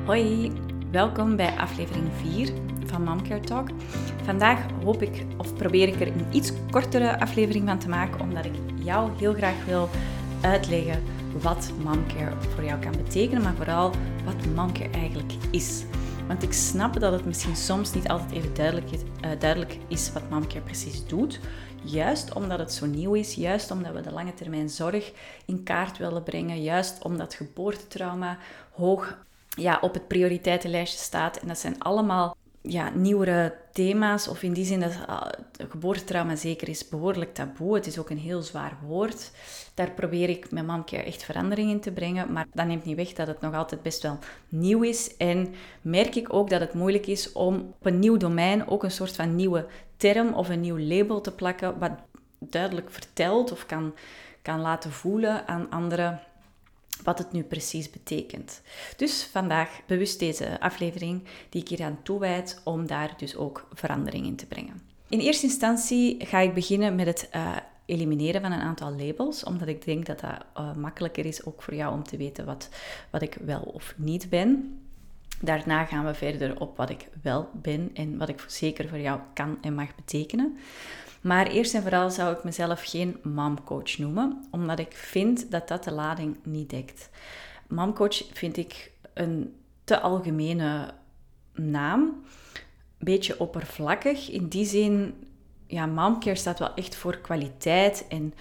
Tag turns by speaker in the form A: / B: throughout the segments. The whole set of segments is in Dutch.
A: Hoi, welkom bij aflevering 4 van Momcare Talk. Vandaag probeer ik er een iets kortere aflevering van te maken, omdat ik jou heel graag wil uitleggen wat Momcare voor jou kan betekenen, maar vooral wat Momcare eigenlijk is. Want ik snap dat het misschien soms niet altijd even duidelijk is wat Momcare precies doet. Juist omdat het zo nieuw is, juist omdat we de lange termijn zorg in kaart willen brengen, juist omdat geboortetrauma hoog op het prioriteitenlijstje staat. En dat zijn allemaal nieuwere thema's, of in die zin dat geboortetrauma zeker is behoorlijk taboe. Het is ook een heel zwaar woord. Daar probeer ik met Momcare echt verandering in te brengen, maar dat neemt niet weg dat het nog altijd best wel nieuw is. En merk ik ook dat het moeilijk is om op een nieuw domein ook een soort van nieuwe term of een nieuw label te plakken, wat duidelijk vertelt of kan laten voelen aan anderen wat het nu precies betekent. Dus vandaag bewust deze aflevering die ik hier aan toewijd om daar dus ook verandering in te brengen. In eerste instantie ga ik beginnen met het elimineren van een aantal labels, omdat ik denk dat dat makkelijker is ook voor jou om te weten wat ik wel of niet ben. Daarna gaan we verder op wat ik wel ben en wat ik zeker voor jou kan en mag betekenen. Maar eerst en vooral zou ik mezelf geen momcoach noemen, omdat ik vind dat dat de lading niet dekt. Momcoach vind ik een te algemene naam, een beetje oppervlakkig. In die zin, Momcare staat wel echt voor kwaliteit en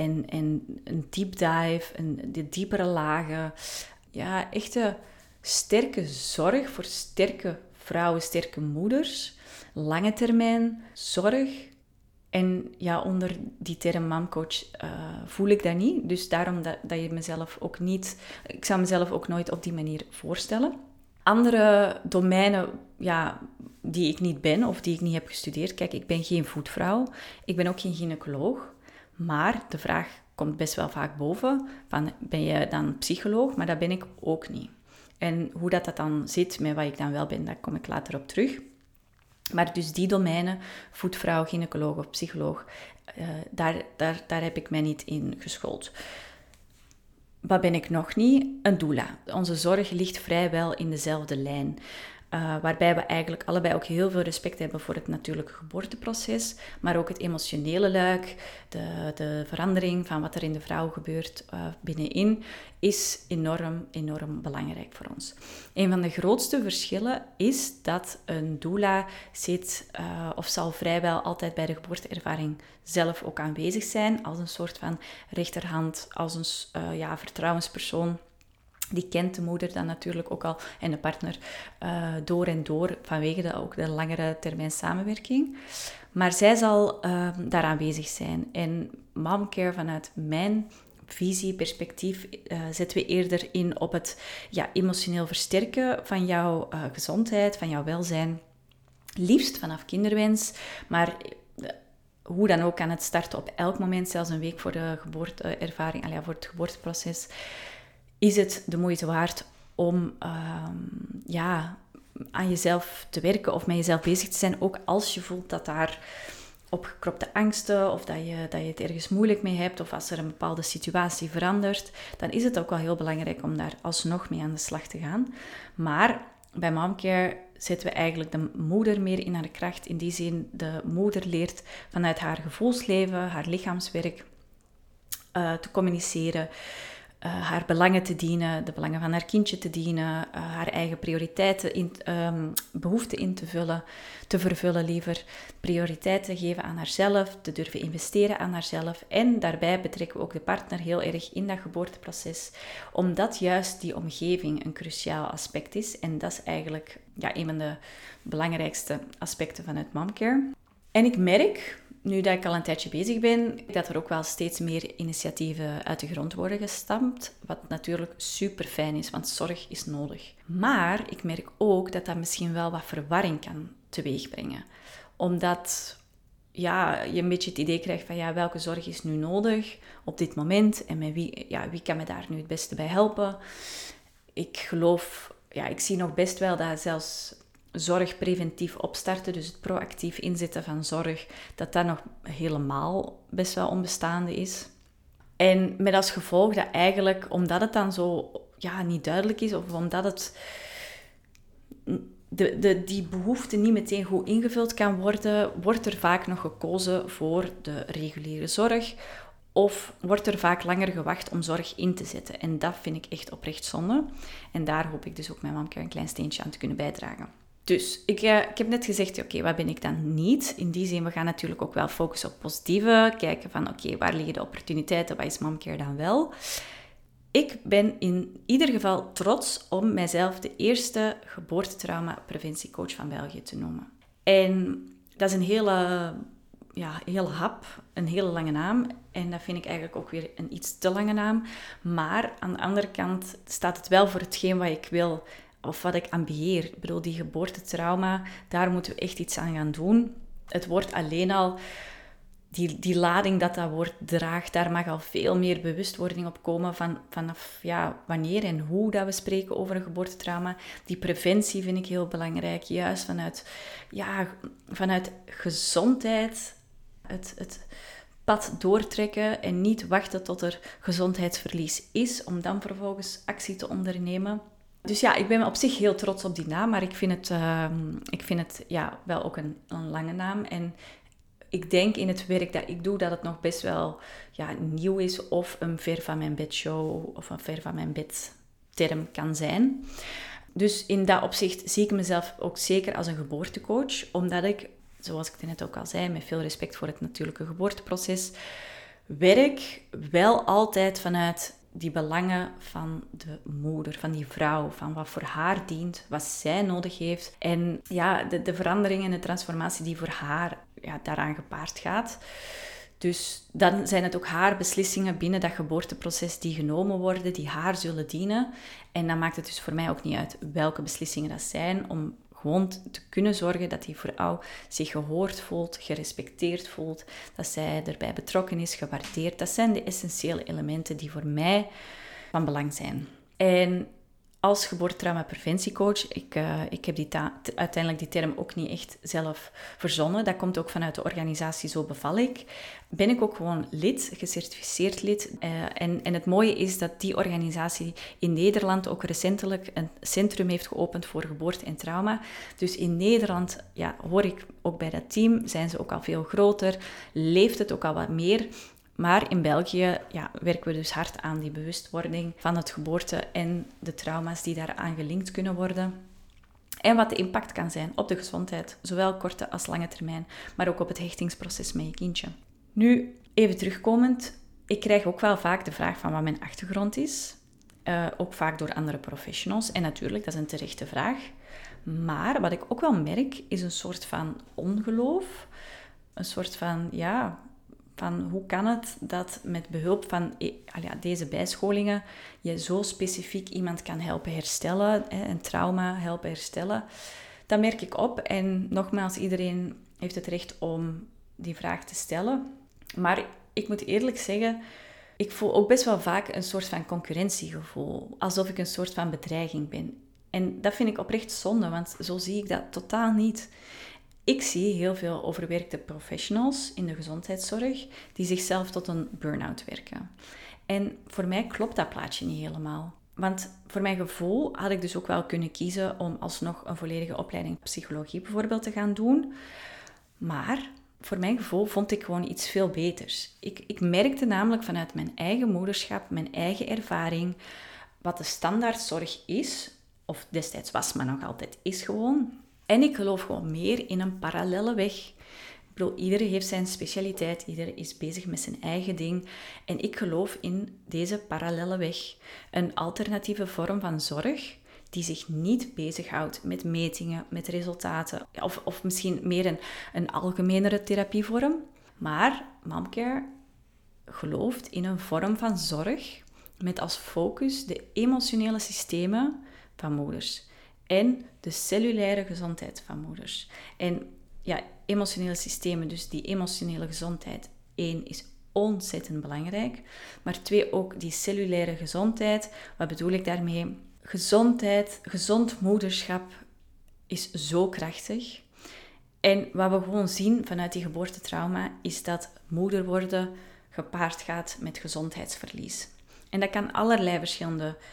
A: een deep dive, de diepere lagen. Ja, echte sterke zorg voor sterke vrouwen, sterke moeders, lange termijn zorg. En onder die term momcoach voel ik dat niet. Dus daarom dat je mezelf ook niet... Ik zou mezelf ook nooit op die manier voorstellen. Andere domeinen die ik niet ben of die ik niet heb gestudeerd. Kijk, ik ben geen voetvrouw. Ik ben ook geen gynaecoloog. Maar de vraag komt best wel vaak boven. Van, ben je dan psycholoog? Maar dat ben ik ook niet. En hoe dat dan zit met wat ik dan wel ben, daar kom ik later op terug. Maar dus die domeinen, voetvrouw, gynaecoloog of psycholoog, daar heb ik mij niet in geschoold. Wat ben ik nog niet? Een doula. Onze zorg ligt vrijwel in dezelfde lijn. Waarbij we eigenlijk allebei ook heel veel respect hebben voor het natuurlijke geboorteproces, maar ook het emotionele luik, de verandering van wat er in de vrouw gebeurt binnenin, is enorm, enorm belangrijk voor ons. Een van de grootste verschillen is dat een doula zit of zal vrijwel altijd bij de geboorteervaring zelf ook aanwezig zijn, als een soort van rechterhand, als een vertrouwenspersoon. Die kent de moeder dan natuurlijk ook al en de partner door en door vanwege ook de langere termijn samenwerking. Maar zij zal daar aanwezig zijn. En Momcare vanuit mijn visie, perspectief, zetten we eerder in op het emotioneel versterken van jouw gezondheid, van jouw welzijn. Liefst vanaf kinderwens, maar hoe dan ook kan het starten op elk moment, zelfs een week voor de geboorteervaring, voor het geboorteproces. Is het de moeite waard om aan jezelf te werken of met jezelf bezig te zijn, ook als je voelt dat daar opgekropte angsten of dat je het ergens moeilijk mee hebt of als er een bepaalde situatie verandert, dan is het ook wel heel belangrijk om daar alsnog mee aan de slag te gaan. Maar bij Momcare zetten we eigenlijk de moeder meer in haar kracht. In die zin, de moeder leert vanuit haar gevoelsleven, haar lichaamswerk te communiceren, haar belangen te dienen, de belangen van haar kindje te dienen, haar eigen prioriteiten, behoeften in te vervullen liever, prioriteiten geven aan haarzelf, te durven investeren aan haarzelf. En daarbij betrekken we ook de partner heel erg in dat geboorteproces, omdat juist die omgeving een cruciaal aspect is. En dat is eigenlijk een van de belangrijkste aspecten vanuit Momcare. En ik merk, nu dat ik al een tijdje bezig ben, dat er ook wel steeds meer initiatieven uit de grond worden gestampt. Wat natuurlijk super fijn is, want zorg is nodig. Maar ik merk ook dat dat misschien wel wat verwarring kan teweegbrengen. Omdat je een beetje het idee krijgt van welke zorg is nu nodig op dit moment en met wie kan me daar nu het beste bij helpen. Ik zie nog best wel dat zelfs zorg preventief opstarten, dus het proactief inzetten van zorg, dat nog helemaal best wel onbestaande is. En met als gevolg dat eigenlijk, omdat het dan zo niet duidelijk is, of omdat het die behoefte niet meteen goed ingevuld kan worden, wordt er vaak nog gekozen voor de reguliere zorg of wordt er vaak langer gewacht om zorg in te zetten. En dat vind ik echt oprecht zonde. En daar hoop ik dus ook met Momcare een klein steentje aan te kunnen bijdragen. Dus ik heb net gezegd, oké, wat ben ik dan niet? In die zin, we gaan natuurlijk ook wel focussen op positieve. Kijken van, oké, waar liggen de opportuniteiten? Wat is Momcare dan wel? Ik ben in ieder geval trots om mijzelf de eerste geboortetrauma-preventiecoach van België te noemen. En dat is een hele hap, een hele lange naam. En dat vind ik eigenlijk ook weer een iets te lange naam. Maar aan de andere kant staat het wel voor hetgeen wat ik wil of wat ik ambieer. Ik bedoel, die geboortetrauma, daar moeten we echt iets aan gaan doen. Het wordt alleen al... Die lading dat woord draagt, daar mag al veel meer bewustwording op komen vanaf wanneer en hoe dat we spreken over een geboortetrauma. Die preventie vind ik heel belangrijk, juist vanuit gezondheid, het pad doortrekken en niet wachten tot er gezondheidsverlies is, om dan vervolgens actie te ondernemen. Dus ja, ik ben op zich heel trots op die naam, maar ik vind het wel ook een lange naam. En ik denk in het werk dat ik doe dat het nog best wel nieuw is of een ver van mijn bed show of een ver van mijn bed term kan zijn. Dus in dat opzicht zie ik mezelf ook zeker als een geboortecoach, omdat ik, zoals ik net ook al zei, met veel respect voor het natuurlijke geboorteproces, werk wel altijd vanuit die belangen van de moeder, van die vrouw, van wat voor haar dient, wat zij nodig heeft. En de verandering en de transformatie die voor haar daaraan gepaard gaat. Dus dan zijn het ook haar beslissingen binnen dat geboorteproces die genomen worden, die haar zullen dienen. En dan maakt het dus voor mij ook niet uit welke beslissingen dat zijn, om gewoon te kunnen zorgen dat die vrouw zich gehoord voelt, gerespecteerd voelt, dat zij erbij betrokken is, gewaardeerd. Dat zijn de essentiële elementen die voor mij van belang zijn. En als geboortetrauma-preventiecoach, ik heb uiteindelijk die term ook niet echt zelf verzonnen. Dat komt ook vanuit de organisatie Zo Beval Ik. Ben ik ook gewoon lid, gecertificeerd lid. En het mooie is dat die organisatie in Nederland ook recentelijk een centrum heeft geopend voor geboorte en trauma. Dus in Nederland hoor ik ook bij dat team, zijn ze ook al veel groter, leeft het ook al wat meer. Maar in België werken we dus hard aan die bewustwording van het geboorte en de trauma's die daaraan gelinkt kunnen worden. En wat de impact kan zijn op de gezondheid, zowel korte als lange termijn, maar ook op het hechtingsproces met je kindje. Nu, even terugkomend, ik krijg ook wel vaak de vraag van wat mijn achtergrond is. Ook vaak door andere professionals. En natuurlijk, dat is een terechte vraag. Maar wat ik ook wel merk, is een soort van ongeloof. Een soort van, van hoe kan het dat met behulp van deze bijscholingen je zo specifiek iemand kan helpen herstellen, een trauma helpen herstellen. Dat merk ik op en nogmaals, iedereen heeft het recht om die vraag te stellen. Maar ik moet eerlijk zeggen, ik voel ook best wel vaak een soort van concurrentiegevoel, alsof ik een soort van bedreiging ben. En dat vind ik oprecht zonde, want zo zie ik dat totaal niet. Ik zie heel veel overwerkte professionals in de gezondheidszorg die zichzelf tot een burn-out werken. En voor mij klopt dat plaatje niet helemaal. Want voor mijn gevoel had ik dus ook wel kunnen kiezen om alsnog een volledige opleiding psychologie bijvoorbeeld te gaan doen. Maar voor mijn gevoel vond ik gewoon iets veel beters. Ik merkte namelijk vanuit mijn eigen moederschap, mijn eigen ervaring, wat de standaardzorg is, of destijds was, maar nog altijd is gewoon. En ik geloof gewoon meer in een parallelle weg. Ik bedoel, iedereen heeft zijn specialiteit, iedereen is bezig met zijn eigen ding. En ik geloof in deze parallelle weg. Een alternatieve vorm van zorg die zich niet bezighoudt met metingen, met resultaten. Of misschien meer een algemenere therapievorm. Maar Momcare gelooft in een vorm van zorg met als focus de emotionele systemen van moeders. En de cellulaire gezondheid van moeders. En emotionele systemen, dus die emotionele gezondheid, 1 is ontzettend belangrijk. Maar 2 ook die cellulaire gezondheid. Wat bedoel ik daarmee? Gezondheid, gezond moederschap is zo krachtig. En wat we gewoon zien vanuit die geboortetrauma is dat moeder worden gepaard gaat met gezondheidsverlies. En dat kan allerlei verschillende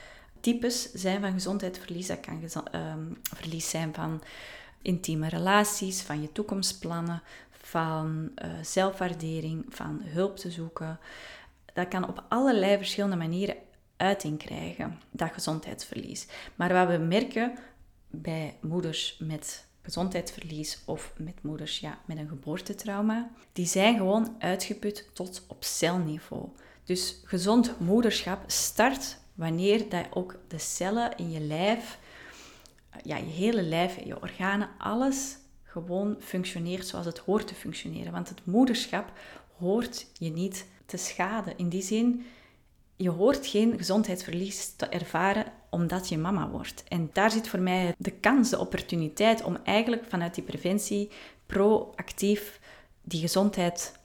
A: types zijn van gezondheidsverlies. Dat kan verlies zijn van intieme relaties, van je toekomstplannen, van zelfwaardering, van hulp te zoeken. Dat kan op allerlei verschillende manieren uiting krijgen, dat gezondheidsverlies. Maar wat we merken bij moeders met gezondheidsverlies of met moeders met een geboortetrauma, die zijn gewoon uitgeput tot op celniveau. Dus gezond moederschap start wanneer dat ook de cellen in je lijf, je hele lijf, je organen, alles gewoon functioneert zoals het hoort te functioneren. Want het moederschap hoort je niet te schaden. In die zin, je hoort geen gezondheidsverlies te ervaren omdat je mama wordt. En daar zit voor mij de kans, de opportuniteit om eigenlijk vanuit die preventie proactief die gezondheid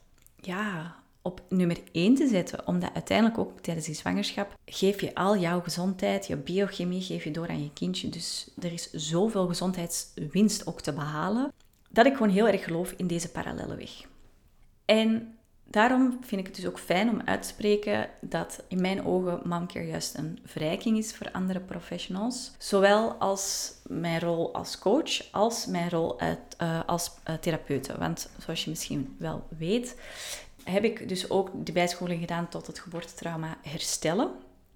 A: op nummer 1 te zetten. Omdat uiteindelijk ook tijdens die zwangerschap geef je al jouw gezondheid, je biochemie geef je door aan je kindje. Dus er is zoveel gezondheidswinst ook te behalen, dat ik gewoon heel erg geloof in deze parallelle weg. En daarom vind ik het dus ook fijn om uit te spreken dat in mijn ogen momcare juist een verrijking is voor andere professionals. Zowel als mijn rol als coach, als mijn rol als therapeute. Want zoals je misschien wel weet, heb ik dus ook de bijscholing gedaan tot het geboortetrauma herstellen.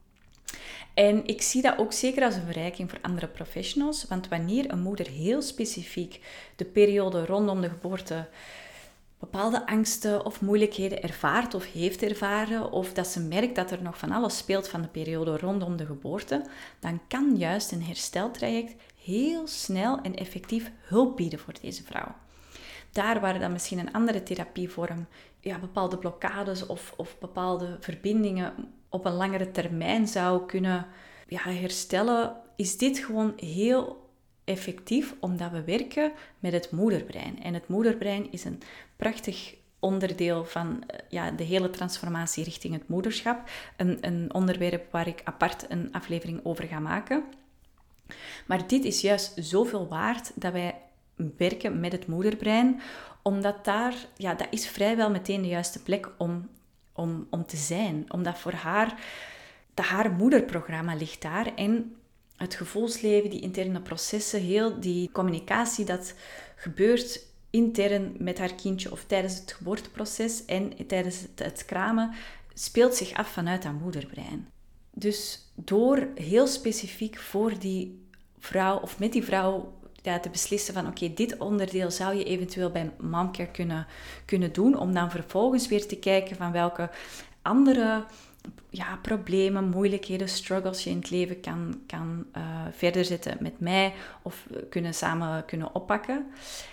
A: En ik zie dat ook zeker als een verrijking voor andere professionals. Want wanneer een moeder heel specifiek de periode rondom de geboorte bepaalde angsten of moeilijkheden ervaart of heeft ervaren, of dat ze merkt dat er nog van alles speelt van de periode rondom de geboorte, dan kan juist een hersteltraject heel snel en effectief hulp bieden voor deze vrouw. Daar waar dan misschien een andere therapievorm bepaalde blokkades of bepaalde verbindingen op een langere termijn zou kunnen herstellen, is dit gewoon heel effectief omdat we werken met het moederbrein. En het moederbrein is een prachtig onderdeel van de hele transformatie richting het moederschap. Een onderwerp waar ik apart een aflevering over ga maken. Maar dit is juist zoveel waard dat wij werken met het moederbrein, omdat dat is vrijwel meteen de juiste plek om te zijn. Omdat voor haar moederprogramma ligt daar en het gevoelsleven, die interne processen, heel die communicatie dat gebeurt intern met haar kindje of tijdens het geboorteproces en tijdens het kramen, speelt zich af vanuit haar moederbrein. Dus door heel specifiek voor die vrouw of met die vrouw te beslissen van oké, dit onderdeel zou je eventueel bij momcare kunnen doen, om dan vervolgens weer te kijken van welke andere problemen, moeilijkheden, struggles je in het leven kan verder zetten met mij of samen kunnen oppakken.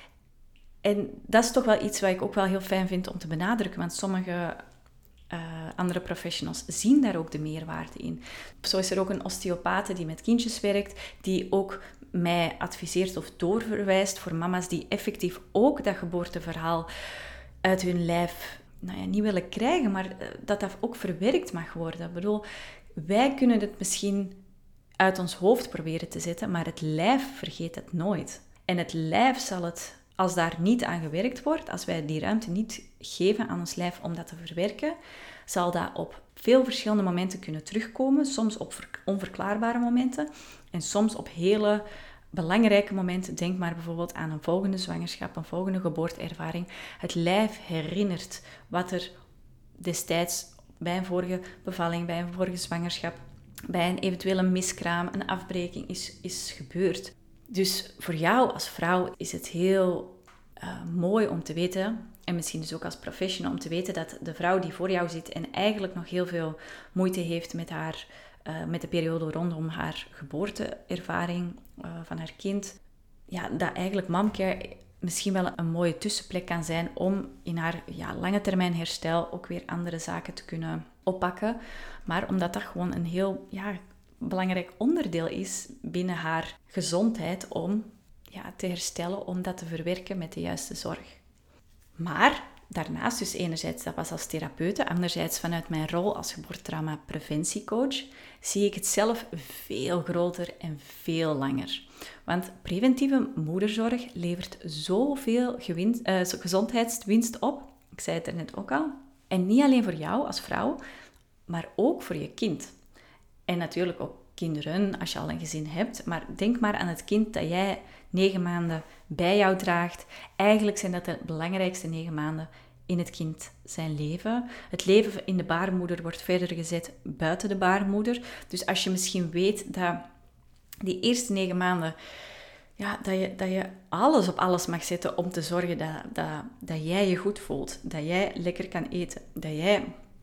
A: En dat is toch wel iets wat ik ook wel heel fijn vind om te benadrukken, want sommige andere professionals zien daar ook de meerwaarde in. Zo is er ook een osteopaat die met kindjes werkt, die ook mij adviseert of doorverwijst voor mama's die effectief ook dat geboorteverhaal uit hun lijf niet willen krijgen, maar dat ook verwerkt mag worden. Ik bedoel, wij kunnen het misschien uit ons hoofd proberen te zetten, maar het lijf vergeet het nooit. En het lijf zal het, als daar niet aan gewerkt wordt, als wij die ruimte niet geven aan ons lijf om dat te verwerken, zal dat op veel verschillende momenten kunnen terugkomen. Soms op onverklaarbare momenten en soms op hele belangrijke momenten. Denk maar bijvoorbeeld aan een volgende zwangerschap, een volgende geboorteervaring. Het lijf herinnert wat er destijds bij een vorige bevalling, bij een vorige zwangerschap, bij een eventuele miskraam, een afbreking is gebeurd. Dus voor jou als vrouw is het heel mooi om te weten, en misschien dus ook als professional, om te weten dat de vrouw die voor jou zit en eigenlijk nog heel veel moeite heeft met de periode rondom haar geboorteervaring van haar kind, dat eigenlijk momcare misschien wel een mooie tussenplek kan zijn om in haar lange termijn herstel ook weer andere zaken te kunnen oppakken. Maar omdat dat gewoon een heel belangrijk onderdeel is binnen haar gezondheid om te herstellen, om dat te verwerken met de juiste zorg. Maar daarnaast, dus enerzijds dat was als therapeute, anderzijds vanuit mijn rol als geboortetrauma preventiecoach, zie ik het zelf veel groter en veel langer. Want preventieve moederzorg levert zoveel gezondheidswinst op. Ik zei het er net ook al. En niet alleen voor jou als vrouw, maar ook voor je kind. En natuurlijk ook kinderen, als je al een gezin hebt. Maar denk maar aan het kind dat jij 9 maanden bij jou draagt. Eigenlijk zijn dat de belangrijkste 9 maanden in het kind zijn leven. Het leven in de baarmoeder wordt verder gezet buiten de baarmoeder. Dus als je misschien weet dat die eerste 9 maanden, dat je alles op alles mag zetten om te zorgen dat jij je goed voelt. Dat jij lekker kan eten. Dat jij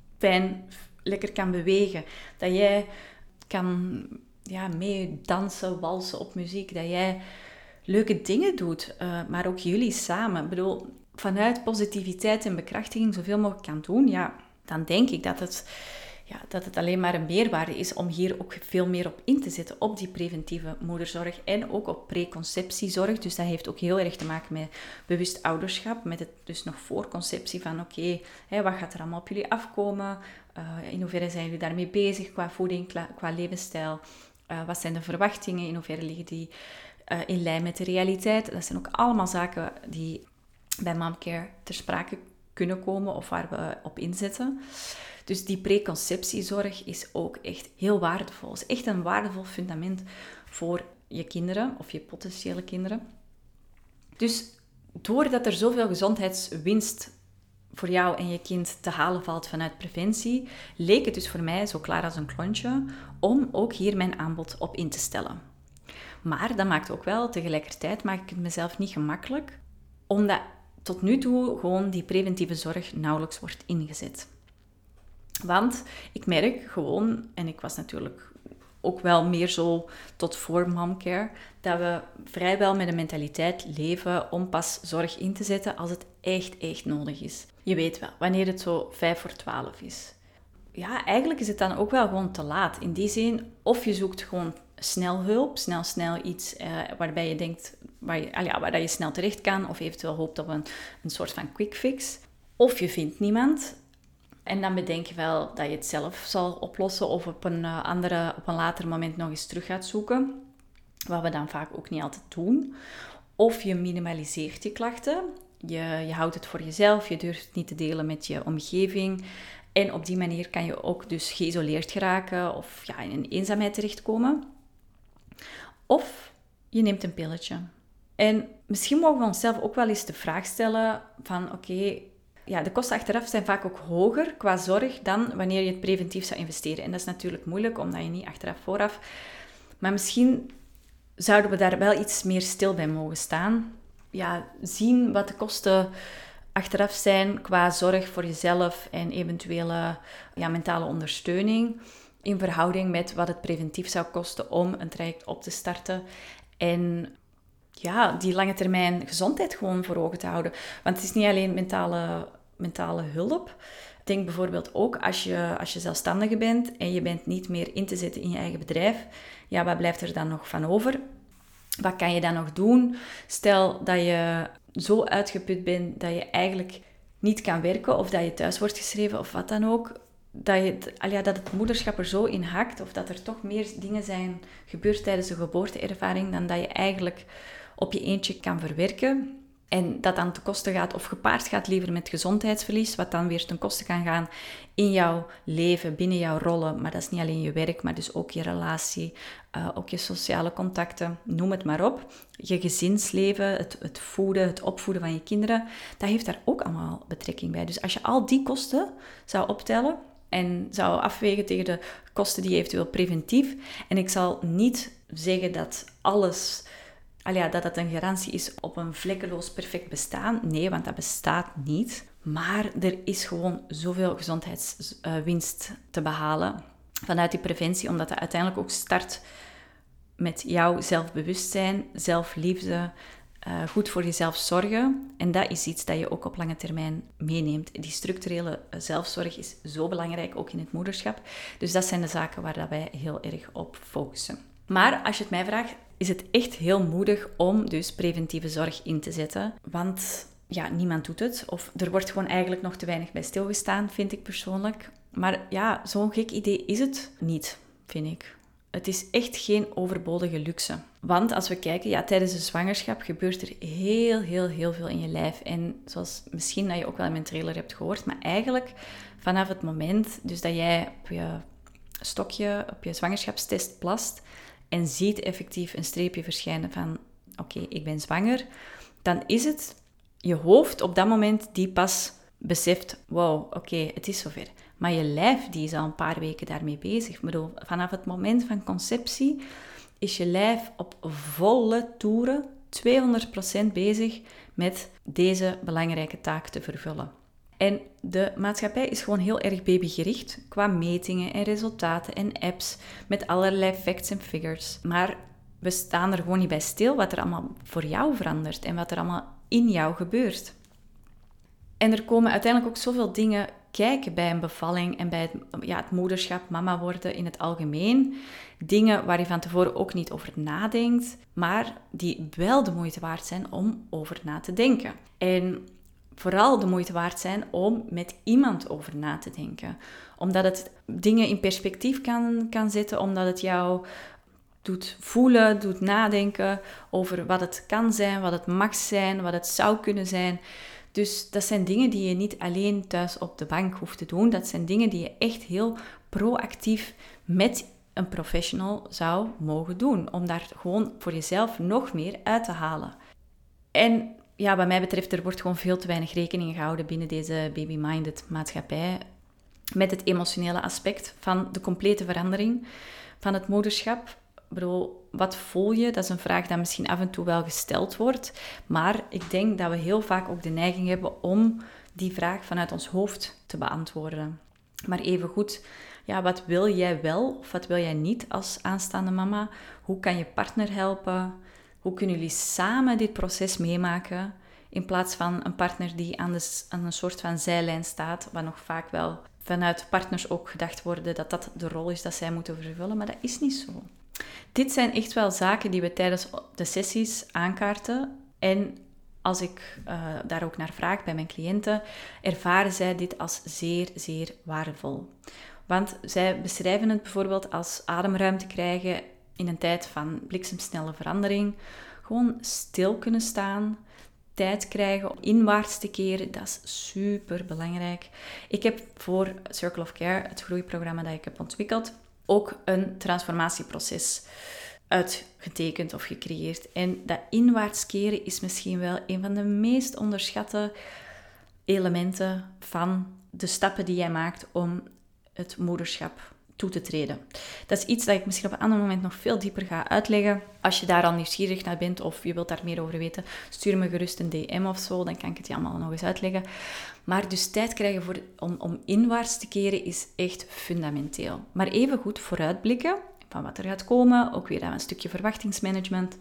A: lekker kan bewegen. Dat jij kan mee dansen, walsen op muziek. Dat jij leuke dingen doet. Maar ook jullie samen. Ik bedoel, vanuit positiviteit en bekrachtiging zoveel mogelijk kan doen. Dan denk ik dat het alleen maar een meerwaarde is om hier ook veel meer op in te zetten. Op die preventieve moederzorg en ook op preconceptiezorg. Dus dat heeft ook heel erg te maken met bewust ouderschap. Met het dus nog voor conceptie van oké, wat gaat er allemaal op jullie afkomen? In hoeverre zijn jullie daarmee bezig qua voeding, qua levensstijl? Wat zijn de verwachtingen? In hoeverre liggen die in lijn met de realiteit? Dat zijn ook allemaal zaken die bij Momcare ter sprake kunnen komen of waar we op inzetten. Dus die preconceptiezorg is ook echt heel waardevol. Het is echt een waardevol fundament voor je kinderen of je potentiële kinderen. Dus doordat er zoveel gezondheidswinst voor jou en je kind te halen valt vanuit preventie, leek het dus voor mij zo klaar als een klontje om ook hier mijn aanbod op in te stellen. Maar dat maakt ook wel, tegelijkertijd maak ik het mezelf niet gemakkelijk, omdat tot nu toe gewoon die preventieve zorg nauwelijks wordt ingezet. Want ik merk gewoon, en ik was natuurlijk ook wel meer zo tot voor Momcare, dat we vrijwel met de mentaliteit leven om pas zorg in te zetten als het echt nodig is. Je weet wel, wanneer het zo 11:55 is. Ja, eigenlijk is het dan ook wel gewoon te laat. In die zin, of je zoekt gewoon snel hulp, snel iets waarbij je denkt, waar je snel terecht kan, of eventueel hoopt op een soort van quick fix. Of je vindt niemand. En dan bedenk je wel dat je het zelf zal oplossen of op een later moment nog eens terug gaat zoeken. Wat we dan vaak ook niet altijd doen. Of je minimaliseert je klachten. Je houdt het voor jezelf, je durft het niet te delen met je omgeving. En op die manier kan je ook dus geïsoleerd geraken of in een eenzaamheid terechtkomen. Of je neemt een pilletje. En misschien mogen we onszelf ook wel eens de vraag stellen van oké, de kosten achteraf zijn vaak ook hoger qua zorg dan wanneer je het preventief zou investeren. En dat is natuurlijk moeilijk, omdat je niet achteraf vooraf. Maar misschien zouden we daar wel iets meer stil bij mogen staan. Zien wat de kosten achteraf zijn qua zorg voor jezelf en eventuele mentale ondersteuning in verhouding met wat het preventief zou kosten om een traject op te starten. En die lange termijn gezondheid gewoon voor ogen te houden. Want het is niet alleen mentale hulp. Denk bijvoorbeeld ook als je zelfstandige bent en je bent niet meer in te zetten in je eigen bedrijf. Wat blijft er dan nog van over? Wat kan je dan nog doen? Stel dat je zo uitgeput bent dat je eigenlijk niet kan werken of dat je thuis wordt geschreven of wat dan ook. Dat het moederschap er zo in hakt of dat er toch meer dingen zijn gebeurd tijdens de geboorteervaring dan dat je eigenlijk op je eentje kan verwerken. En dat dan ten koste gaat of gepaard gaat liever met gezondheidsverlies, wat dan weer ten koste kan gaan in jouw leven, binnen jouw rollen. Maar dat is niet alleen je werk, maar dus ook je relatie, ook je sociale contacten, noem het maar op. Je gezinsleven, het voeden, het opvoeden van je kinderen, dat heeft daar ook allemaal betrekking bij. Dus als je al die kosten zou optellen en zou afwegen tegen de kosten die je eventueel preventief, en ik zal niet zeggen dat alles... dat het een garantie is op een vlekkeloos perfect bestaan. Nee, want dat bestaat niet. Maar er is gewoon zoveel gezondheidswinst te behalen vanuit die preventie, omdat dat uiteindelijk ook start met jouw zelfbewustzijn, zelfliefde, goed voor jezelf zorgen. En dat is iets dat je ook op lange termijn meeneemt. Die structurele zelfzorg is zo belangrijk, ook in het moederschap. Dus dat zijn de zaken waar wij heel erg op focussen. Maar als je het mij vraagt, is het echt heel moedig om dus preventieve zorg in te zetten. Want niemand doet het. Of er wordt gewoon eigenlijk nog te weinig bij stilgestaan, vind ik persoonlijk. Maar zo'n gek idee is het niet, vind ik. Het is echt geen overbodige luxe. Want als we kijken, tijdens de zwangerschap gebeurt er heel veel in je lijf. En zoals misschien dat je ook wel in mijn trailer hebt gehoord, maar eigenlijk vanaf het moment dus dat jij op je stokje, op je zwangerschapstest plast en ziet effectief een streepje verschijnen van oké, ik ben zwanger, dan is het je hoofd op dat moment die pas beseft, wow, oké, het is zover. Maar je lijf die is al een paar weken daarmee bezig. Ik bedoel, vanaf het moment van conceptie is je lijf op volle toeren 200% bezig met deze belangrijke taak te vervullen. En de maatschappij is gewoon heel erg babygericht qua metingen en resultaten en apps met allerlei facts en figures. Maar we staan er gewoon niet bij stil wat er allemaal voor jou verandert en wat er allemaal in jou gebeurt. En er komen uiteindelijk ook zoveel dingen kijken bij een bevalling en bij het moederschap, mama worden in het algemeen. Dingen waar je van tevoren ook niet over nadenkt, maar die wel de moeite waard zijn om over na te denken. En vooral de moeite waard zijn om met iemand over na te denken. Omdat het dingen in perspectief kan zetten, omdat het jou doet voelen, doet nadenken over wat het kan zijn, wat het mag zijn, wat het zou kunnen zijn. Dus dat zijn dingen die je niet alleen thuis op de bank hoeft te doen. Dat zijn dingen die je echt heel proactief met een professional zou mogen doen. Om daar gewoon voor jezelf nog meer uit te halen. En ja, wat mij betreft, er wordt gewoon veel te weinig rekening gehouden binnen deze baby-minded maatschappij met het emotionele aspect van de complete verandering van het moederschap. Ik bedoel, wat voel je? Dat is een vraag die misschien af en toe wel gesteld wordt. Maar ik denk dat we heel vaak ook de neiging hebben om die vraag vanuit ons hoofd te beantwoorden. Maar evengoed, ja, wat wil jij wel of wat wil jij niet als aanstaande mama? Hoe kan je partner helpen? Hoe kunnen jullie samen dit proces meemaken? In plaats van een partner die aan een soort van zijlijn staat, wat nog vaak wel vanuit partners ook gedacht worden dat dat de rol is dat zij moeten vervullen. Maar dat is niet zo. Dit zijn echt wel zaken die we tijdens de sessies aankaarten. En als ik daar ook naar vraag bij mijn cliënten, ervaren zij dit als zeer, zeer waardevol. Want zij beschrijven het bijvoorbeeld als ademruimte krijgen in een tijd van bliksemsnelle verandering. Gewoon stil kunnen staan, tijd krijgen om inwaarts te keren, dat is super belangrijk. Ik heb voor Circle of Care, het groeiprogramma dat ik heb ontwikkeld, ook een transformatieproces uitgetekend of gecreëerd. En dat inwaarts keren is misschien wel een van de meest onderschatte elementen van de stappen die jij maakt om het moederschap toe te treden. Dat is iets dat ik misschien op een ander moment nog veel dieper ga uitleggen. Als je daar al nieuwsgierig naar bent of je wilt daar meer over weten, stuur me gerust een DM of zo, dan kan ik het je allemaal nog eens uitleggen. Maar dus tijd krijgen om inwaarts te keren is echt fundamenteel. Maar evengoed vooruitblikken van wat er gaat komen, ook weer aan een stukje verwachtingsmanagement.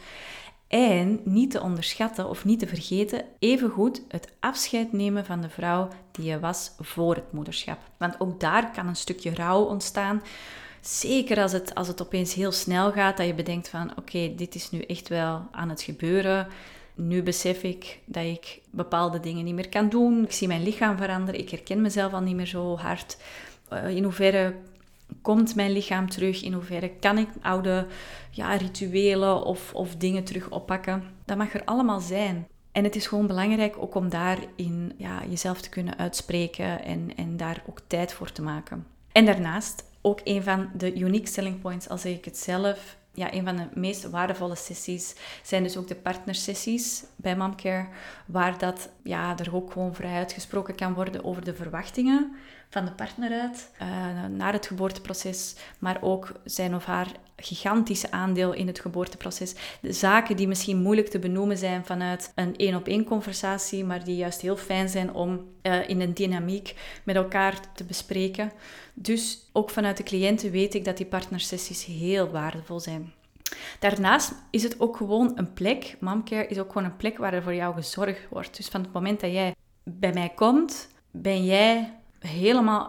A: En niet te onderschatten of niet te vergeten, evengoed het afscheid nemen van de vrouw die je was voor het moederschap. Want ook daar kan een stukje rouw ontstaan. Zeker als het opeens heel snel gaat, dat je bedenkt van oké, dit is nu echt wel aan het gebeuren. Nu besef ik dat ik bepaalde dingen niet meer kan doen. Ik zie mijn lichaam veranderen, ik herken mezelf al niet meer zo hard. In hoeverre komt mijn lichaam terug? In hoeverre kan ik oude rituelen of dingen terug oppakken? Dat mag er allemaal zijn. En het is gewoon belangrijk ook om daarin jezelf te kunnen uitspreken en daar ook tijd voor te maken. En daarnaast ook een van de unique selling points, al zeg ik het zelf, een van de meest waardevolle sessies zijn dus ook de partnersessies bij Momcare, waar dat er ook gewoon vrij uitgesproken kan worden over de verwachtingen van de partner uit naar het geboorteproces, maar ook zijn of haar gigantische aandeel in het geboorteproces. De zaken die misschien moeilijk te benoemen zijn vanuit een 1-op-1 conversatie, maar die juist heel fijn zijn om in een dynamiek met elkaar te bespreken. Dus ook vanuit de cliënten weet ik dat die partnersessies heel waardevol zijn. Daarnaast is het ook gewoon een plek, Momcare is ook gewoon een plek waar er voor jou gezorgd wordt. Dus van het moment dat jij bij mij komt, ben jij helemaal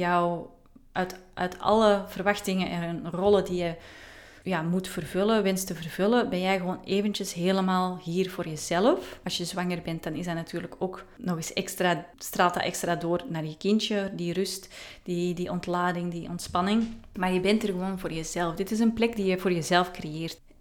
A: uit alle verwachtingen en rollen die je moet vervullen, wenst te vervullen, ben jij gewoon eventjes helemaal hier voor jezelf. Als je zwanger bent, dan is dat natuurlijk ook nog eens extra, straalt dat extra door naar je kindje, die rust, die ontlading, die ontspanning. Maar je bent er gewoon voor jezelf. Dit is een plek die je voor jezelf creëert.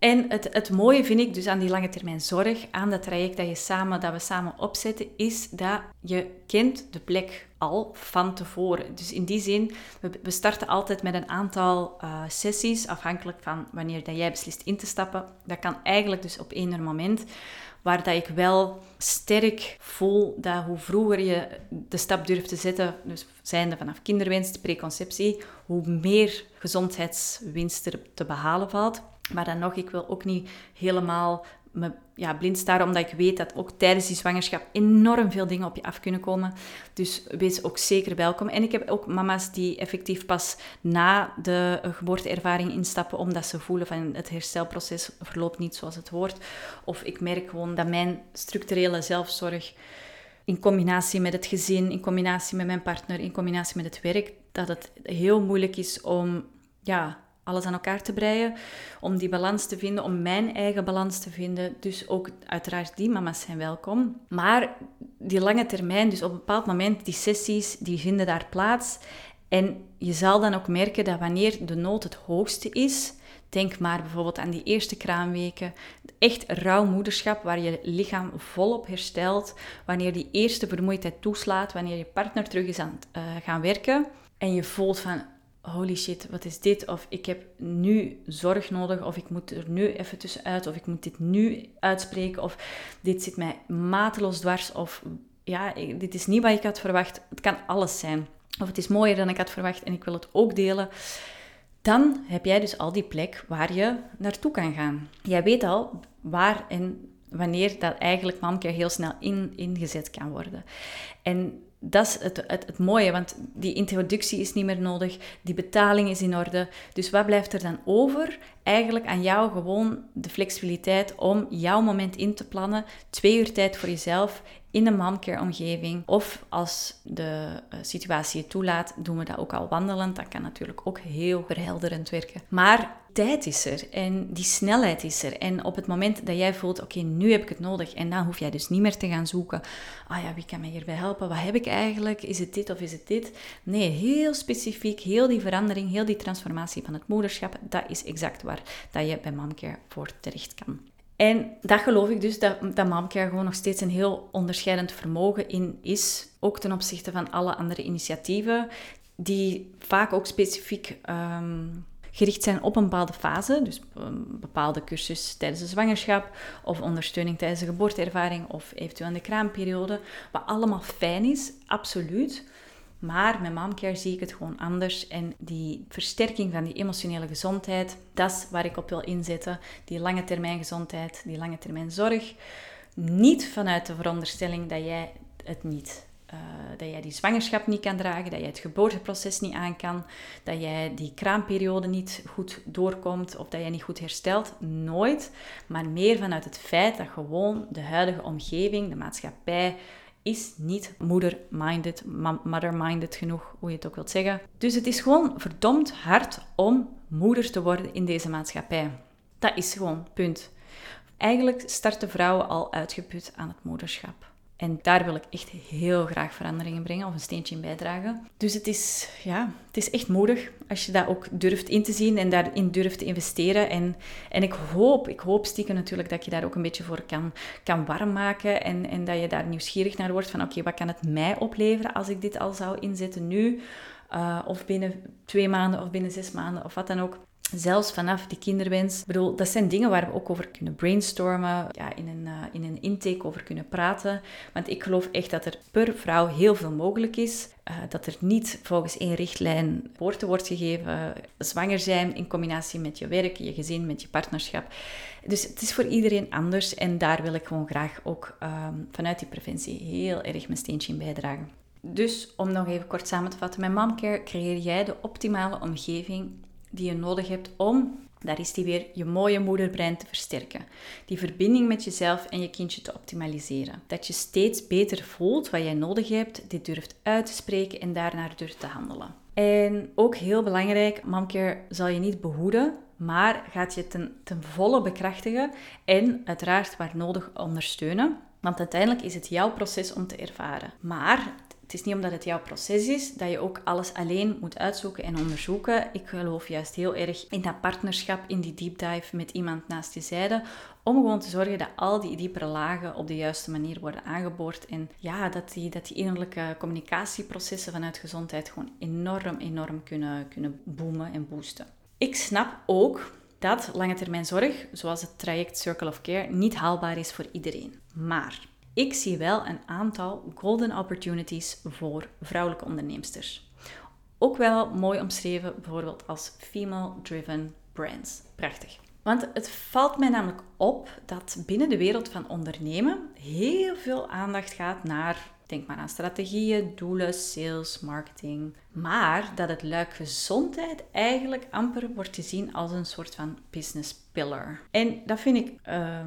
A: En het mooie vind ik dus aan die lange termijn zorg, aan dat traject dat we samen opzetten, is dat je kent de plek al van tevoren. Dus in die zin, we starten altijd met een aantal sessies, afhankelijk van wanneer dat jij beslist in te stappen. Dat kan eigenlijk dus op eender moment, waar dat ik wel sterk voel dat hoe vroeger je de stap durft te zetten, dus zijnde vanaf kinderwens, de preconceptie, hoe meer gezondheidswinst er te behalen valt. Maar dan nog, ik wil ook niet helemaal me blind staren, omdat ik weet dat ook tijdens die zwangerschap enorm veel dingen op je af kunnen komen. Dus wees ook zeker welkom. En ik heb ook mama's die effectief pas na de geboorteervaring instappen, omdat ze voelen van het herstelproces verloopt niet zoals het hoort. Of ik merk gewoon dat mijn structurele zelfzorg in combinatie met het gezin, in combinatie met mijn partner, in combinatie met het werk, dat het heel moeilijk is om alles aan elkaar te breien, om die balans te vinden, om mijn eigen balans te vinden. Dus ook uiteraard die mama's zijn welkom. Maar die lange termijn, dus op een bepaald moment, die sessies, die vinden daar plaats. En je zal dan ook merken dat wanneer de nood het hoogste is, denk maar bijvoorbeeld aan die eerste kraamweken, echt rauw moederschap, waar je lichaam volop herstelt, wanneer die eerste vermoeidheid toeslaat, wanneer je partner terug is aan het gaan werken en je voelt van, holy shit, wat is dit? Of ik heb nu zorg nodig, of ik moet er nu even tussenuit, of ik moet dit nu uitspreken, of dit zit mij mateloos dwars, of dit is niet wat ik had verwacht. Het kan alles zijn. Of het is mooier dan ik had verwacht en ik wil het ook delen. Dan heb jij dus al die plek waar je naartoe kan gaan. Jij weet al waar en wanneer dat eigenlijk momcare heel snel ingezet kan worden. En dat is het mooie, want die introductie is niet meer nodig, die betaling is in orde. Dus wat blijft er dan over? Eigenlijk aan jou gewoon de flexibiliteit om jouw moment in te plannen, 2 uur tijd voor jezelf in een momcare-omgeving. Of als de situatie het toelaat, doen we dat ook al wandelend. Dat kan natuurlijk ook heel verhelderend werken. Maar tijd is er en die snelheid is er. En op het moment dat jij voelt, oké, nu heb ik het nodig. En dan hoef jij dus niet meer te gaan zoeken. Wie kan mij hierbij helpen? Wat heb ik eigenlijk? Is het dit of is het dit? Nee, heel specifiek, heel die verandering, heel die transformatie van het moederschap, dat is exact waar dat je bij momcare voor terecht kan. En dat geloof ik dus, dat momcare gewoon nog steeds een heel onderscheidend vermogen in is. Ook ten opzichte van alle andere initiatieven, die vaak ook specifiek gericht zijn op een bepaalde fase. Dus een bepaalde cursus tijdens de zwangerschap, of ondersteuning tijdens de geboorteervaring, of eventueel in de kraamperiode. Wat allemaal fijn is, absoluut. Maar met momcare zie ik het gewoon anders. En die versterking van die emotionele gezondheid, dat is waar ik op wil inzetten. Die lange termijn gezondheid, die lange termijn zorg. Niet vanuit de veronderstelling dat jij het niet dat jij die zwangerschap niet kan dragen, dat jij het geboorteproces niet aan kan, dat jij die kraamperiode niet goed doorkomt of dat jij niet goed herstelt. Nooit. Maar meer vanuit het feit dat gewoon de huidige omgeving, de maatschappij, is niet moeder-minded, mother-minded genoeg, hoe je het ook wilt zeggen. Dus het is gewoon verdomd hard om moeder te worden in deze maatschappij. Dat is gewoon, punt. Eigenlijk starten vrouwen al uitgeput aan het moederschap. En daar wil ik echt heel graag veranderingen brengen of een steentje in bijdragen. Dus het is echt moedig als je dat ook durft in te zien en daarin durft te investeren. En ik hoop stiekem natuurlijk dat je daar ook een beetje voor kan warm maken en dat je daar nieuwsgierig naar wordt van oké, wat kan het mij opleveren als ik dit al zou inzetten nu? Of binnen 2 maanden of binnen 6 maanden of wat dan ook. Zelfs vanaf die kinderwens. Ik bedoel, dat zijn dingen waar we ook over kunnen brainstormen, in een intake over kunnen praten. Want ik geloof echt dat er per vrouw heel veel mogelijk is. Dat er niet volgens 1 richtlijn geboorte wordt gegeven. Zwanger zijn in combinatie met je werk, je gezin, met je partnerschap. Dus het is voor iedereen anders. En daar wil ik gewoon graag ook vanuit die preventie heel erg mijn steentje in bijdragen. Dus om nog even kort samen te vatten, met momcare creëer jij de optimale omgeving die je nodig hebt om, daar is die weer, je mooie moederbrein te versterken. Die verbinding met jezelf en je kindje te optimaliseren. Dat je steeds beter voelt wat jij nodig hebt, dit durft uit te spreken en daarnaar durft te handelen. En ook heel belangrijk, momcare zal je niet behoeden, maar gaat je ten volle bekrachtigen en uiteraard waar nodig ondersteunen. Want uiteindelijk is het jouw proces om te ervaren. Maar Het is niet omdat het jouw proces is, dat je ook alles alleen moet uitzoeken en onderzoeken. Ik geloof juist heel erg in dat partnerschap, in die deep dive met iemand naast je zijde, om gewoon te zorgen dat al die diepere lagen op de juiste manier worden aangeboord. En ja, dat die innerlijke communicatieprocessen vanuit gezondheid gewoon enorm kunnen boomen en boosten. Ik snap ook dat lange termijn zorg, zoals het traject Circle of Care, niet haalbaar is voor iedereen. Maar ik zie wel een aantal golden opportunities voor vrouwelijke onderneemsters. Ook wel mooi omschreven bijvoorbeeld als female-driven brands. Prachtig. Want het valt mij namelijk op dat binnen de wereld van ondernemen heel veel aandacht gaat naar, denk maar aan strategieën, doelen, sales, marketing. Maar dat het luik gezondheid eigenlijk amper wordt gezien als een soort van business pillar. En dat vind ik,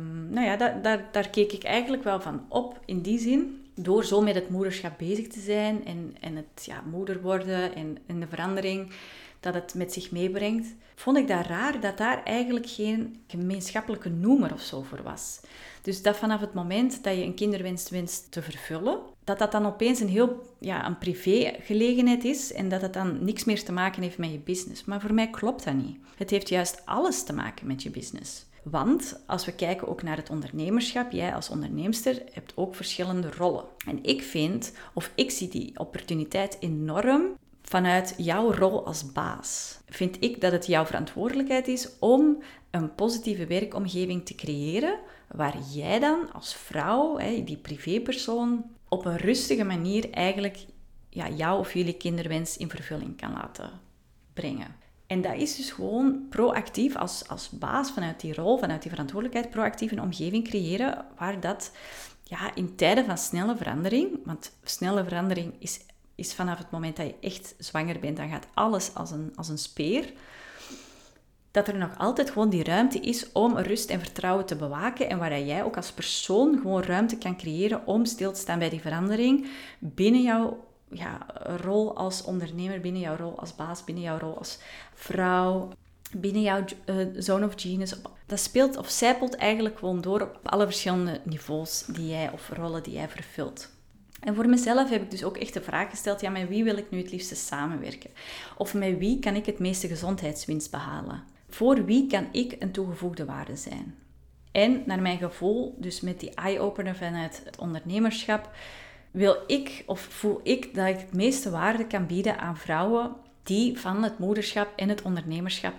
A: daar keek ik eigenlijk wel van op in die zin. Door zo met het moederschap bezig te zijn en het moeder worden en de verandering dat het met zich meebrengt, vond ik dat raar dat daar eigenlijk geen gemeenschappelijke noemer of zo voor was. Dus dat vanaf het moment dat je een kinderwens wenst te vervullen, dat dan opeens een privé-gelegenheid is en dat het dan niks meer te maken heeft met je business. Maar voor mij klopt dat niet. Het heeft juist alles te maken met je business. Want als we kijken ook naar het ondernemerschap, jij als onderneemster hebt ook verschillende rollen. En ik zie die opportuniteit enorm vanuit jouw rol als baas. Vind ik dat het jouw verantwoordelijkheid is om een positieve werkomgeving te creëren, waar jij dan als vrouw, die privépersoon, op een rustige manier eigenlijk jou of jullie kinderwens in vervulling kan laten brengen. En dat is dus gewoon proactief als baas vanuit die rol, vanuit die verantwoordelijkheid, proactief een omgeving creëren waar dat in tijden van snelle verandering, want snelle verandering is vanaf het moment dat je echt zwanger bent, dan gaat alles als een speer, dat er nog altijd gewoon die ruimte is om rust en vertrouwen te bewaken en waar jij ook als persoon gewoon ruimte kan creëren om stil te staan bij die verandering binnen jouw rol als ondernemer, binnen jouw rol als baas, binnen jouw rol als vrouw, binnen jouw zone of genius. Dat speelt of zijpelt eigenlijk gewoon door op alle verschillende niveaus of rollen die jij vervult. En voor mezelf heb ik dus ook echt de vraag gesteld, met wie wil ik nu het liefste samenwerken? Of met wie kan ik het meeste gezondheidswinst behalen? Voor wie kan ik een toegevoegde waarde zijn? En naar mijn gevoel, dus met die eye-opener vanuit het ondernemerschap, voel ik dat ik het meeste waarde kan bieden aan vrouwen die van het moederschap en het ondernemerschap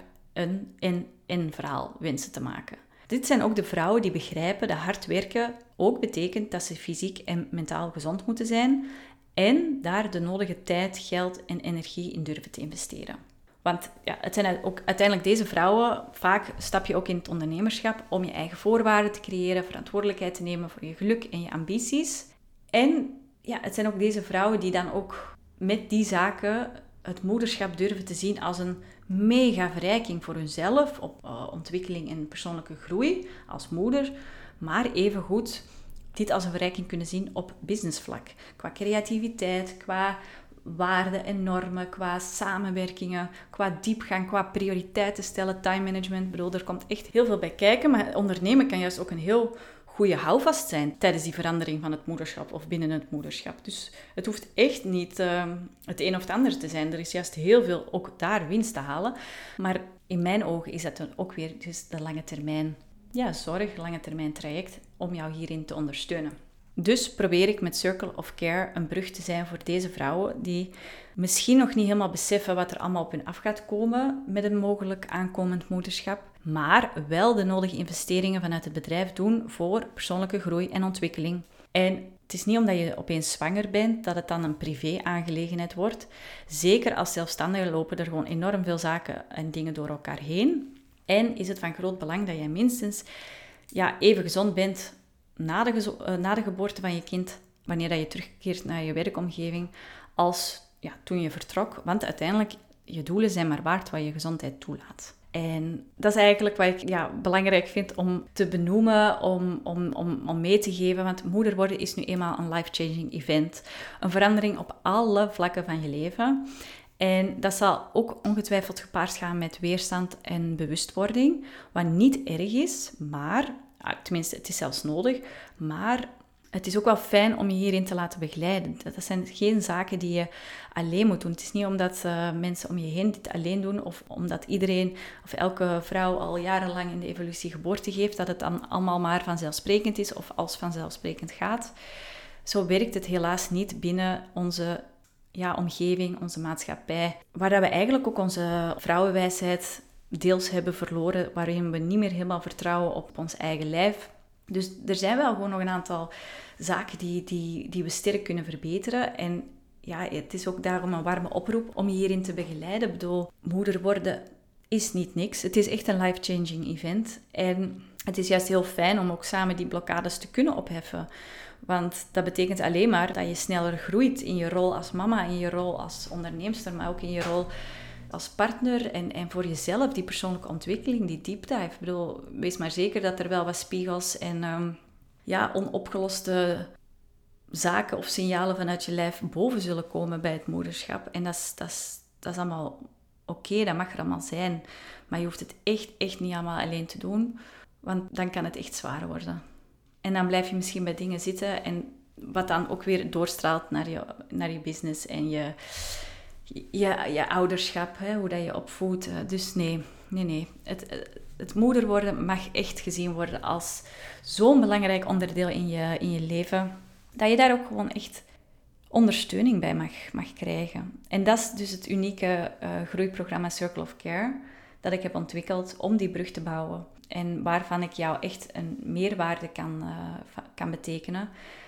A: een verhaal wensen te maken. Dit zijn ook de vrouwen die begrijpen dat hard werken ook betekent dat ze fysiek en mentaal gezond moeten zijn en daar de nodige tijd, geld en energie in durven te investeren. Want het zijn ook uiteindelijk deze vrouwen, vaak stap je ook in het ondernemerschap om je eigen voorwaarden te creëren, verantwoordelijkheid te nemen voor je geluk en je ambities. En het zijn ook deze vrouwen die dan ook met die zaken het moederschap durven te zien als een mega verrijking voor hunzelf, op ontwikkeling en persoonlijke groei als moeder, maar evengoed dit als een verrijking kunnen zien op businessvlak. Qua creativiteit, qua waarden en normen, qua samenwerkingen, qua diepgang, qua prioriteiten stellen, time management. Ik bedoel, er komt echt heel veel bij kijken, maar ondernemen kan juist ook een heel goede houvast zijn tijdens die verandering van het moederschap of binnen het moederschap. Dus het hoeft echt niet het een of het ander te zijn. Er is juist heel veel ook daar winst te halen. Maar in mijn ogen is dat dan ook weer dus de lange termijn zorg, lange termijn traject om jou hierin te ondersteunen. Dus probeer ik met Circle of Care een brug te zijn voor deze vrouwen die misschien nog niet helemaal beseffen wat er allemaal op hun af gaat komen met een mogelijk aankomend moederschap, maar wel de nodige investeringen vanuit het bedrijf doen voor persoonlijke groei en ontwikkeling. En het is niet omdat je opeens zwanger bent dat het dan een privé-aangelegenheid wordt. Zeker als zelfstandigen lopen er gewoon enorm veel zaken en dingen door elkaar heen. En is het van groot belang dat jij minstens even gezond bent na de geboorte van je kind, wanneer dat je terugkeert naar je werkomgeving, als toen je vertrok. Want uiteindelijk, je doelen zijn maar waard wat je gezondheid toelaat. En dat is eigenlijk wat ik belangrijk vind om te benoemen, om mee te geven. Want moeder worden is nu eenmaal een life-changing event. Een verandering op alle vlakken van je leven. En dat zal ook ongetwijfeld gepaard gaan met weerstand en bewustwording. Wat niet erg is, maar tenminste, het is zelfs nodig. Maar Het is ook wel fijn om je hierin te laten begeleiden. Dat zijn geen zaken die je alleen moet doen. Het is niet omdat mensen om je heen dit alleen doen of omdat iedereen of elke vrouw al jarenlang in de evolutie geboorte geeft, dat het dan allemaal maar vanzelfsprekend is of als vanzelfsprekend gaat. Zo werkt het helaas niet binnen onze omgeving, onze maatschappij, waar dat we eigenlijk ook onze vrouwenwijsheid deels hebben verloren, waarin we niet meer helemaal vertrouwen op ons eigen lijf. Dus er zijn wel gewoon nog een aantal zaken die we sterk kunnen verbeteren. En ja, het is ook daarom een warme oproep om je hierin te begeleiden. Ik bedoel, moeder worden is niet niks. Het is echt een life-changing event. En het is juist heel fijn om ook samen die blokkades te kunnen opheffen. Want dat betekent alleen maar dat je sneller groeit in je rol als mama, in je rol als onderneemster, maar ook in je rol als partner en voor jezelf, die persoonlijke ontwikkeling, die deep dive. Ik bedoel, wees maar zeker dat er wel wat spiegels en onopgeloste zaken of signalen vanuit je lijf boven zullen komen bij het moederschap. En dat is allemaal oké, dat mag er allemaal zijn. Maar je hoeft het echt niet allemaal alleen te doen, want dan kan het echt zwaar worden. En dan blijf je misschien bij dingen zitten en wat dan ook weer doorstraalt naar je business en je ouderschap, hoe dat je opvoedt. Dus nee. Het moeder worden mag echt gezien worden als zo'n belangrijk onderdeel in je leven, dat je daar ook gewoon echt ondersteuning bij mag krijgen. En dat is dus het unieke groeiprogramma Circle of Care dat ik heb ontwikkeld om die brug te bouwen. En waarvan ik jou echt een meerwaarde kan betekenen.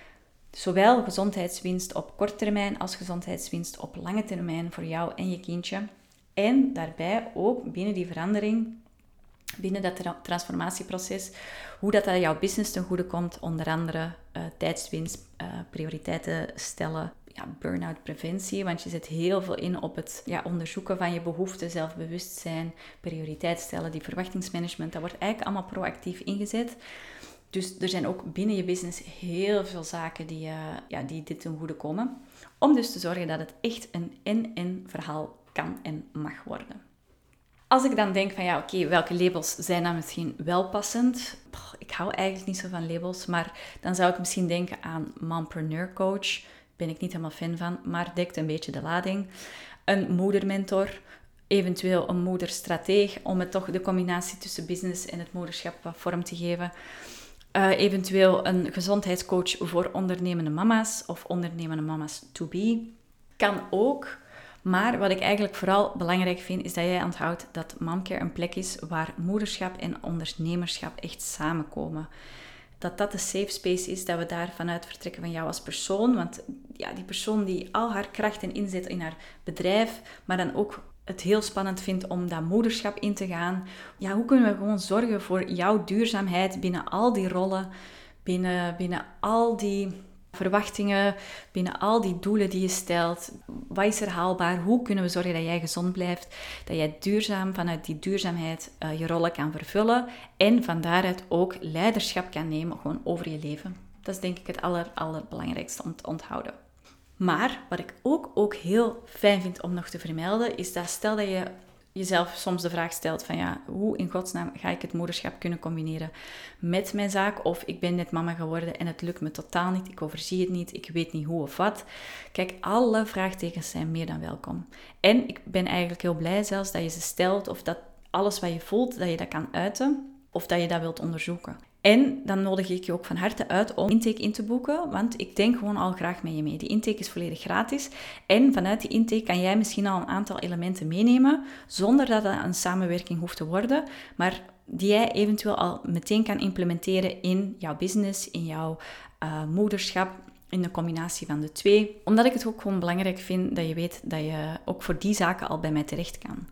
A: Zowel gezondheidswinst op korte termijn als gezondheidswinst op lange termijn voor jou en je kindje. En daarbij ook binnen die verandering, binnen dat transformatieproces, hoe dat jouw business ten goede komt. Onder andere tijdswinst, prioriteiten stellen, burn-out preventie. Want je zet heel veel in op het onderzoeken van je behoeften, zelfbewustzijn, prioriteit stellen, die verwachtingsmanagement. Dat wordt eigenlijk allemaal proactief ingezet. Dus er zijn ook binnen je business heel veel zaken die dit ten goede komen. Om dus te zorgen dat het echt een en-en verhaal kan en mag worden. Als ik dan denk van welke labels zijn dan misschien wel passend? Ik hou eigenlijk niet zo van labels, maar dan zou ik misschien denken aan mompreneur coach. Ben ik niet helemaal fan van, maar dekt een beetje de lading. Een moedermentor, eventueel een moederstrateeg, om het toch de combinatie tussen business en het moederschap wat vorm te geven. Eventueel een gezondheidscoach voor ondernemende mama's of ondernemende mama's to be. Kan ook, maar wat ik eigenlijk vooral belangrijk vind, is dat jij onthoudt dat Momcare een plek is waar moederschap en ondernemerschap echt samenkomen. Dat de safe space is, dat we daar vanuit vertrekken van jou als persoon. Want die persoon die al haar kracht en inzet in haar bedrijf, maar dan ook het heel spannend vindt om dat moederschap in te gaan. Hoe kunnen we gewoon zorgen voor jouw duurzaamheid binnen al die rollen, binnen al die verwachtingen, binnen al die doelen die je stelt. Wat is er haalbaar? Hoe kunnen we zorgen dat jij gezond blijft? Dat jij duurzaam vanuit die duurzaamheid je rollen kan vervullen en van daaruit ook leiderschap kan nemen gewoon over je leven. Dat is denk ik het allerbelangrijkste om te onthouden. Maar wat ik ook heel fijn vind om nog te vermelden, is dat stel dat je jezelf soms de vraag stelt van hoe in godsnaam ga ik het moederschap kunnen combineren met mijn zaak? Of ik ben net mama geworden en het lukt me totaal niet, ik overzie het niet, ik weet niet hoe of wat. Kijk, alle vraagtekens zijn meer dan welkom. En ik ben eigenlijk heel blij zelfs dat je ze stelt of dat alles wat je voelt, dat je dat kan uiten of dat je dat wilt onderzoeken. En dan nodig ik je ook van harte uit om intake in te boeken, want ik denk gewoon al graag met je mee. Die intake is volledig gratis en vanuit die intake kan jij misschien al een aantal elementen meenemen, zonder dat het een samenwerking hoeft te worden, maar die jij eventueel al meteen kan implementeren in jouw business, in jouw moederschap, in de combinatie van de twee. Omdat ik het ook gewoon belangrijk vind dat je weet dat je ook voor die zaken al bij mij terecht kan.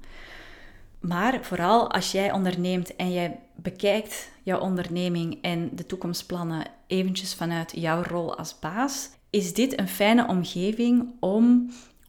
A: Maar vooral als jij onderneemt en jij bekijkt jouw onderneming en de toekomstplannen eventjes vanuit jouw rol als baas, is dit een fijne omgeving om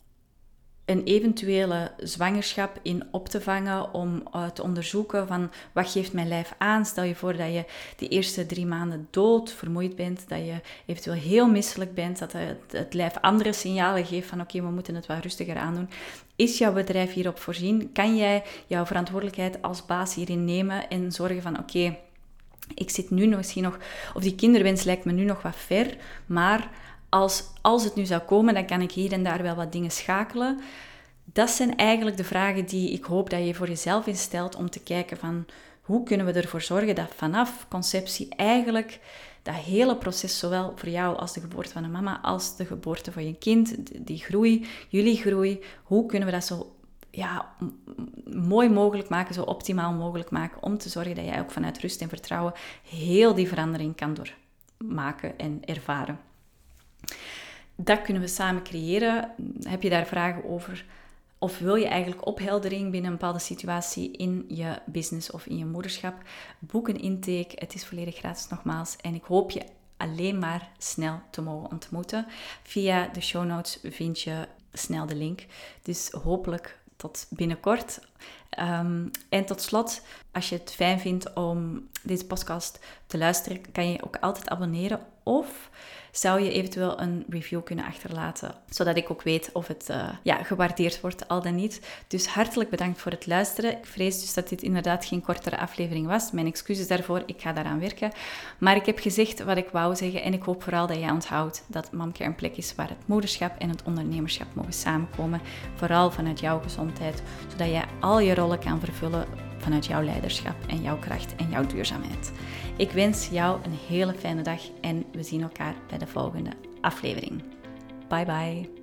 A: een eventuele zwangerschap in op te vangen, om te onderzoeken van wat geeft mijn lijf aan. Stel je voor dat je die eerste 3 maanden vermoeid bent, dat je eventueel heel misselijk bent, dat het lijf andere signalen geeft van oké, we moeten het wat rustiger aandoen. Is jouw bedrijf hierop voorzien? Kan jij jouw verantwoordelijkheid als baas hierin nemen en zorgen van oké, ik zit nu misschien nog, of die kinderwens lijkt me nu nog wat ver, maar als het nu zou komen, dan kan ik hier en daar wel wat dingen schakelen. Dat zijn eigenlijk de vragen die ik hoop dat je voor jezelf instelt om te kijken van hoe kunnen we ervoor zorgen dat vanaf conceptie eigenlijk dat hele proces, zowel voor jou als de geboorte van een mama, als de geboorte van je kind, die groei, jullie groei, hoe kunnen we dat zo mooi mogelijk maken, zo optimaal mogelijk maken, om te zorgen dat jij ook vanuit rust en vertrouwen heel die verandering kan doormaken en ervaren. Dat kunnen we samen creëren. Heb je daar vragen over? Of wil je eigenlijk opheldering binnen een bepaalde situatie in je business of in je moederschap? Boek een intake. Het is volledig gratis nogmaals. En ik hoop je alleen maar snel te mogen ontmoeten. Via de show notes vind je snel de link. Dus hopelijk tot binnenkort. En tot slot, als je het fijn vindt om deze podcast te luisteren, kan je ook altijd abonneren. Of zou je eventueel een review kunnen achterlaten, zodat ik ook weet of het gewaardeerd wordt, al dan niet. Dus hartelijk bedankt voor het luisteren. Ik vrees dus dat dit inderdaad geen kortere aflevering was. Mijn excuses daarvoor, ik ga daaraan werken. Maar ik heb gezegd wat ik wou zeggen en ik hoop vooral dat jij onthoudt dat Momcare een plek is waar het moederschap en het ondernemerschap mogen samenkomen. Vooral vanuit jouw gezondheid, zodat jij al je rollen kan vervullen vanuit jouw leiderschap en jouw kracht en jouw duurzaamheid. Ik wens jou een hele fijne dag en we zien elkaar bij de volgende aflevering. Bye bye.